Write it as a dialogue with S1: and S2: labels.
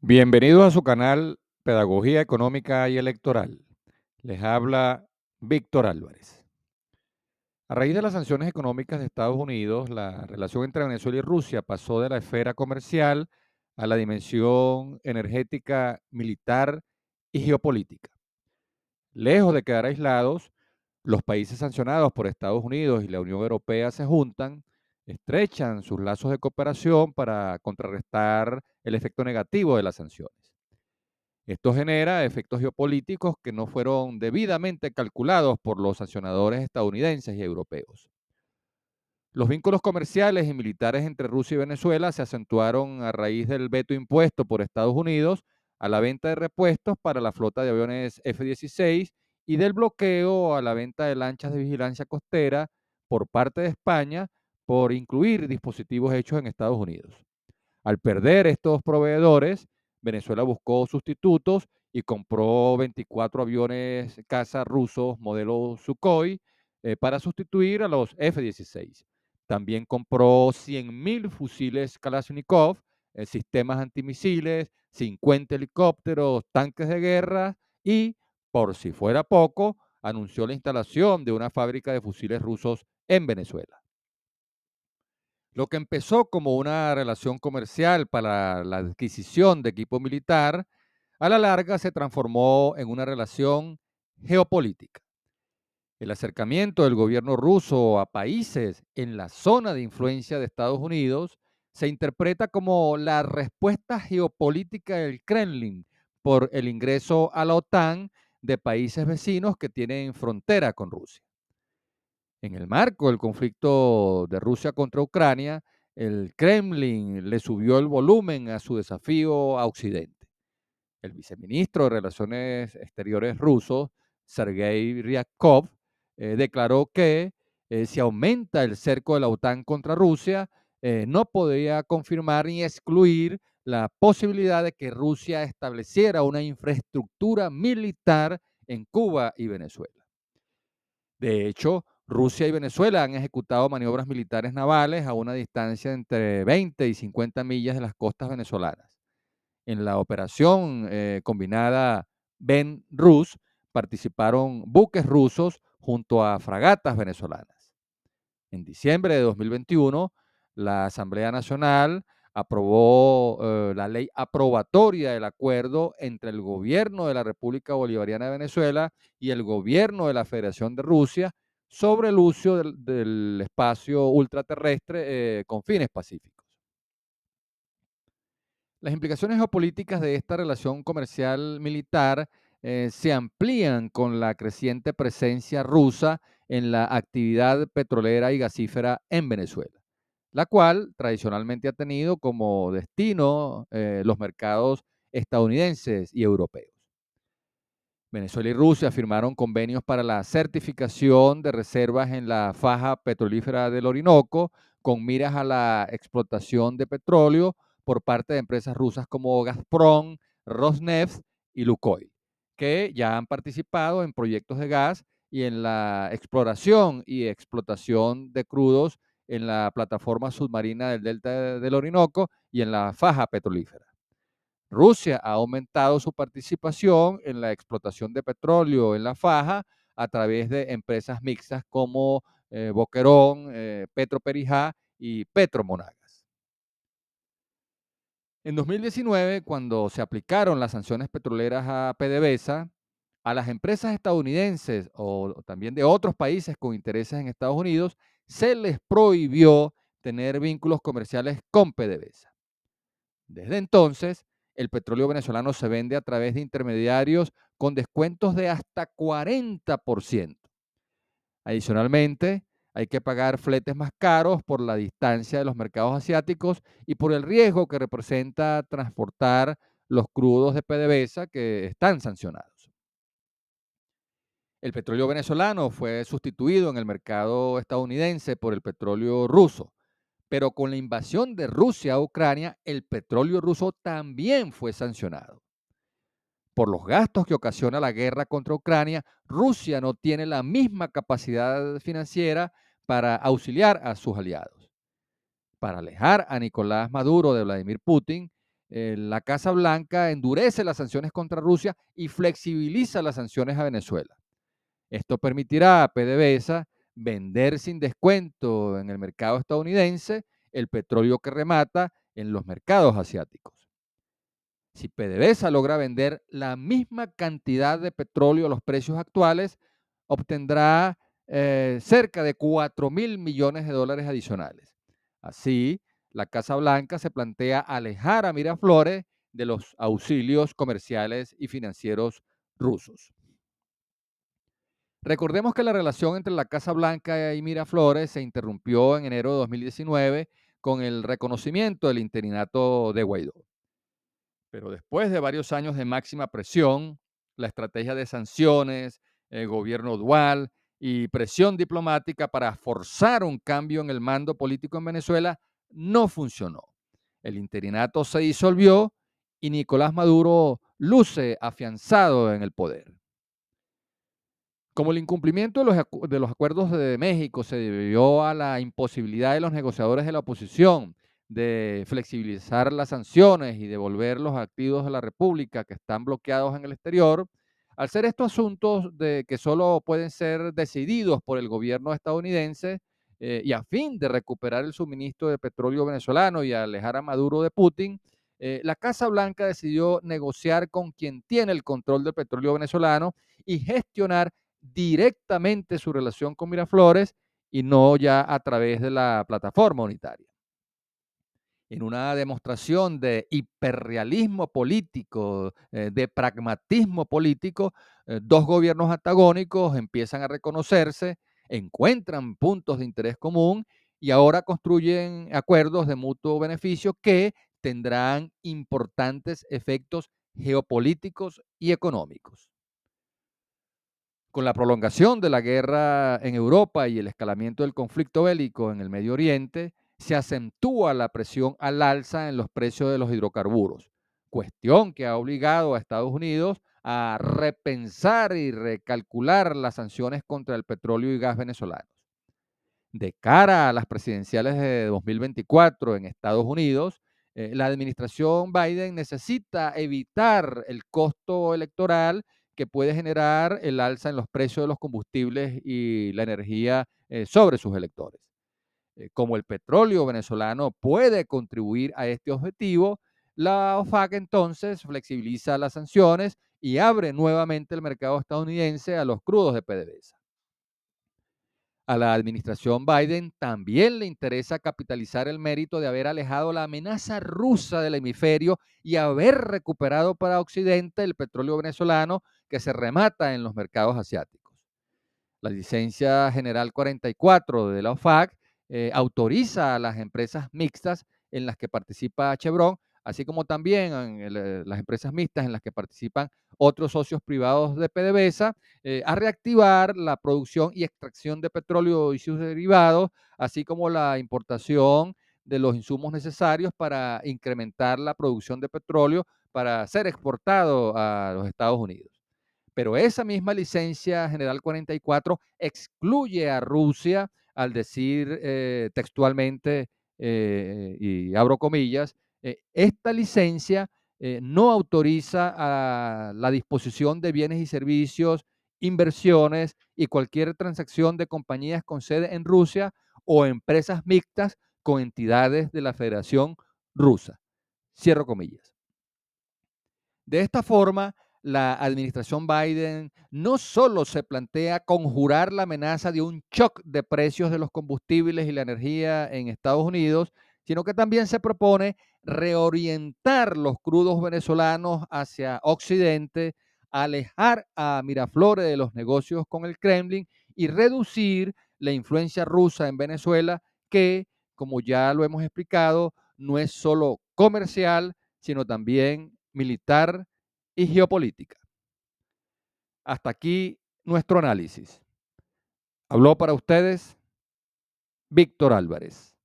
S1: Bienvenidos a su canal Pedagogía Económica y Electoral. Les habla Víctor Álvarez. A raíz de las sanciones económicas de Estados Unidos, la relación entre Venezuela y Rusia pasó de la esfera comercial a la dimensión energética, militar y geopolítica. Lejos de quedar aislados, los países sancionados por Estados Unidos y la Unión Europea se juntan, estrechan sus lazos de cooperación para contrarrestar el efecto negativo de las sanciones. Esto genera efectos geopolíticos que no fueron debidamente calculados por los sancionadores estadounidenses y europeos. Los vínculos comerciales y militares entre Rusia y Venezuela se acentuaron a raíz del veto impuesto por Estados Unidos a la venta de repuestos para la flota de aviones F-16 y del bloqueo a la venta de lanchas de vigilancia costera por parte de España por incluir dispositivos hechos en Estados Unidos. Al perder estos proveedores, Venezuela buscó sustitutos y compró 24 aviones caza rusos modelo Sukhoi para sustituir a los F-16. También compró 100.000 fusiles Kalashnikov, sistemas antimisiles, 50 helicópteros, tanques de guerra y, por si fuera poco, anunció la instalación de una fábrica de fusiles rusos en Venezuela. Lo que empezó como una relación comercial para la adquisición de equipo militar, a la larga se transformó en una relación geopolítica. El acercamiento del gobierno ruso a países en la zona de influencia de Estados Unidos se interpreta como la respuesta geopolítica del Kremlin por el ingreso a la OTAN de países vecinos que tienen frontera con Rusia. En el marco del conflicto de Rusia contra Ucrania, el Kremlin le subió el volumen a su desafío a Occidente. El viceministro de Relaciones Exteriores ruso, Sergei Ryabkov, declaró que si aumenta el cerco de la OTAN contra Rusia, no podía confirmar ni excluir la posibilidad de que Rusia estableciera una infraestructura militar en Cuba y Venezuela. De hecho, Rusia y Venezuela han ejecutado maniobras militares navales a una distancia de entre 20 y 50 millas de las costas venezolanas. En la operación combinada Ben-Rus participaron buques rusos junto a fragatas venezolanas. En diciembre de 2021, la Asamblea Nacional aprobó la ley aprobatoria del acuerdo entre el gobierno de la República Bolivariana de Venezuela y el gobierno de la Federación de Rusia sobre el uso del espacio ultraterrestre con fines pacíficos. Las implicaciones geopolíticas de esta relación comercial militar se amplían con la creciente presencia rusa en la actividad petrolera y gasífera en Venezuela, la cual tradicionalmente ha tenido como destino los mercados estadounidenses y europeos. Venezuela y Rusia firmaron convenios para la certificación de reservas en la faja petrolífera del Orinoco con miras a la explotación de petróleo por parte de empresas rusas como Gazprom, Rosneft y Lukoil, que ya han participado en proyectos de gas y en la exploración y explotación de crudos en la plataforma submarina del delta del Orinoco y en la faja petrolífera. Rusia ha aumentado su participación en la explotación de petróleo en la faja a través de empresas mixtas como Boquerón, Petroperijá y Petromonagas. En 2019, cuando se aplicaron las sanciones petroleras a PDVSA, a las empresas estadounidenses o también de otros países con intereses en Estados Unidos, se les prohibió tener vínculos comerciales con PDVSA. Desde entonces, el petróleo venezolano se vende a través de intermediarios con descuentos de hasta 40%. Adicionalmente, hay que pagar fletes más caros por la distancia de los mercados asiáticos y por el riesgo que representa transportar los crudos de PDVSA que están sancionados. El petróleo venezolano fue sustituido en el mercado estadounidense por el petróleo ruso, pero con la invasión de Rusia a Ucrania, el petróleo ruso también fue sancionado. Por los gastos que ocasiona la guerra contra Ucrania, Rusia no tiene la misma capacidad financiera para auxiliar a sus aliados. Para alejar a Nicolás Maduro de Vladimir Putin, la Casa Blanca endurece las sanciones contra Rusia y flexibiliza las sanciones a Venezuela. Esto permitirá a PDVSA vender sin descuento en el mercado estadounidense el petróleo que remata en los mercados asiáticos. Si PDVSA logra vender la misma cantidad de petróleo a los precios actuales, obtendrá cerca de 4.000 millones de dólares adicionales. Así, la Casa Blanca se plantea alejar a Miraflores de los auxilios comerciales y financieros rusos. Recordemos que la relación entre la Casa Blanca y Miraflores se interrumpió en enero de 2019 con el reconocimiento del interinato de Guaidó. Pero después de varios años de máxima presión, la estrategia de sanciones, el gobierno dual y presión diplomática para forzar un cambio en el mando político en Venezuela no funcionó. El interinato se disolvió y Nicolás Maduro luce afianzado en el poder. Como el incumplimiento de los acuerdos de México se debió a la imposibilidad de los negociadores de la oposición de flexibilizar las sanciones y devolver los activos de la República que están bloqueados en el exterior, al ser estos asuntos que solo pueden ser decididos por el gobierno estadounidense y a fin de recuperar el suministro de petróleo venezolano y alejar a Maduro de Putin, la Casa Blanca decidió negociar con quien tiene el control del petróleo venezolano y gestionar directamente su relación con Miraflores y no ya a través de la plataforma unitaria. En una demostración de hiperrealismo político, de pragmatismo político, dos gobiernos antagónicos empiezan a reconocerse, encuentran puntos de interés común y ahora construyen acuerdos de mutuo beneficio que tendrán importantes efectos geopolíticos y económicos. Con la prolongación de la guerra en Europa y el escalamiento del conflicto bélico en el Medio Oriente, se acentúa la presión al alza en los precios de los hidrocarburos, cuestión que ha obligado a Estados Unidos a repensar y recalcular las sanciones contra el petróleo y gas venezolanos. De cara a las presidenciales de 2024 en Estados Unidos, la administración Biden necesita evitar el costo electoral que puede generar el alza en los precios de los combustibles y la energía sobre sus electores. Como el petróleo venezolano puede contribuir a este objetivo, la OFAC entonces flexibiliza las sanciones y abre nuevamente el mercado estadounidense a los crudos de PDVSA. A la administración Biden también le interesa capitalizar el mérito de haber alejado la amenaza rusa del hemisferio y haber recuperado para Occidente el petróleo venezolano que se remata en los mercados asiáticos. La licencia general 44 de la OFAC autoriza a las empresas mixtas en las que participa Chevron, así como también las empresas mixtas en las que participan otros socios privados de PDVSA, a reactivar la producción y extracción de petróleo y sus derivados, así como la importación de los insumos necesarios para incrementar la producción de petróleo para ser exportado a los Estados Unidos. Pero esa misma licencia general 44 excluye a Rusia al decir textualmente, y abro comillas, esta licencia no autoriza a la disposición de bienes y servicios, inversiones y cualquier transacción de compañías con sede en Rusia o empresas mixtas con entidades de la Federación Rusa. Cierro comillas. De esta forma, la administración Biden no solo se plantea conjurar la amenaza de un shock de precios de los combustibles y la energía en Estados Unidos, sino que también se propone reorientar los crudos venezolanos hacia Occidente, alejar a Miraflores de los negocios con el Kremlin y reducir la influencia rusa en Venezuela, que, como ya lo hemos explicado, no es solo comercial, sino también militar y geopolítica. Hasta aquí nuestro análisis. Habló para ustedes Víctor Álvarez.